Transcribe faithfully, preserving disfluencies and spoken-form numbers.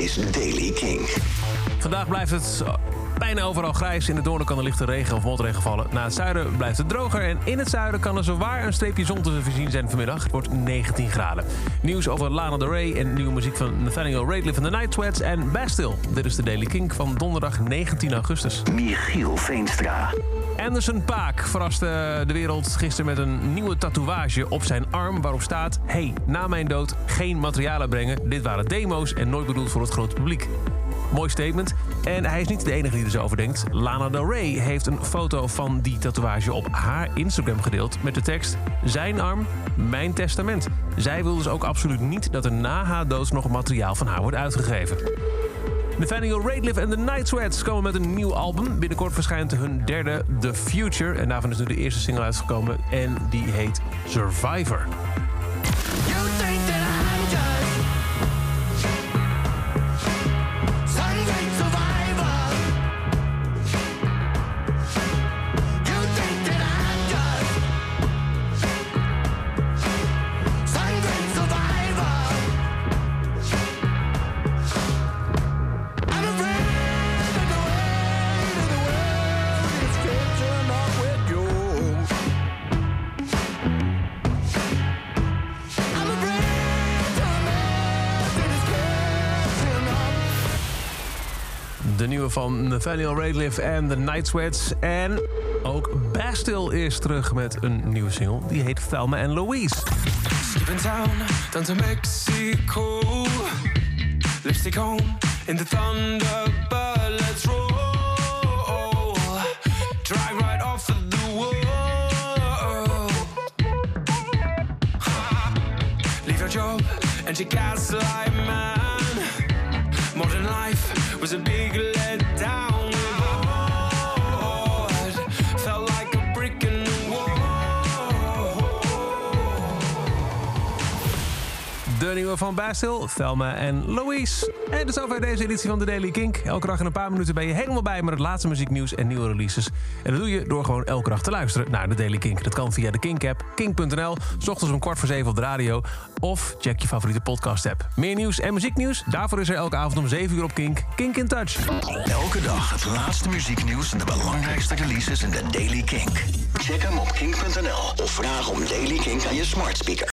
is Daily King. Vandaag blijft het bijna overal grijs. In het noorden kan er lichte regen of motregen vallen. Na het zuiden blijft het droger. En in het zuiden kan er zowaar een streepje zon te voorzien zijn vanmiddag. Het wordt negentien graden. Nieuws over Lana Del Rey en nieuwe muziek van Nathaniel Rateliff en The Night Sweats en Bastille. Dit is de Daily King van donderdag negentien augustus. Michiel Veenstra. Anderson .Paak verraste de wereld gisteren met een nieuwe tatoeage op zijn arm waarop staat: hey, na mijn dood geen materialen brengen. Dit waren demo's en nooit bedoeld voor het grote publiek. Mooi statement. En hij is niet de enige die er zo over denkt. Lana Del Rey heeft een foto van die tatoeage op haar Instagram gedeeld met de tekst: zijn arm, mijn testament. Zij wil dus ook absoluut niet dat er na haar dood nog materiaal van haar wordt uitgegeven. Nathaniel Rateliff en The Night Sweats komen met een nieuw album. Binnenkort verschijnt hun derde, The Future. En daarvan is nu de eerste single uitgekomen. En die heet Survivor. You think that I'm just some great survivor. You think that I'm just some great survivor. I'm afraid of the way that the world is catching up with you. I'm afraid to imagine it's catching up. De nieuwe van Nathaniel Rateliff en The Night Sweats. En ook Bastille is terug met een nieuwe single. Die heet Thelma and Louise. Skipping town, down to Mexico. Lipstick on in the Thunderbird, let's roll. Drive right off of the wall. Leave your job and your gaslight man. Modern life was a big letdown. Felt like a brick in the wall. De nieuwe van Bastille, Thelma en Louise. En dat is over deze editie van de Daily Kink. Elke dag in een paar minuten ben je helemaal bij met het laatste muzieknieuws en nieuwe releases. En dat doe je door gewoon elke dag te luisteren naar de Daily Kink. Dat kan via de Kink-app, kink punt n l, 's ochtends om kwart voor zeven op de radio. Of check je favoriete podcast-app. Meer nieuws en muzieknieuws? Daarvoor is er elke avond om zeven uur op Kink. Kink in Touch. Elke dag het laatste muzieknieuws en de belangrijkste releases in de Daily Kink. Check hem op kink punt n l of vraag om Daily Kink aan je smart speaker.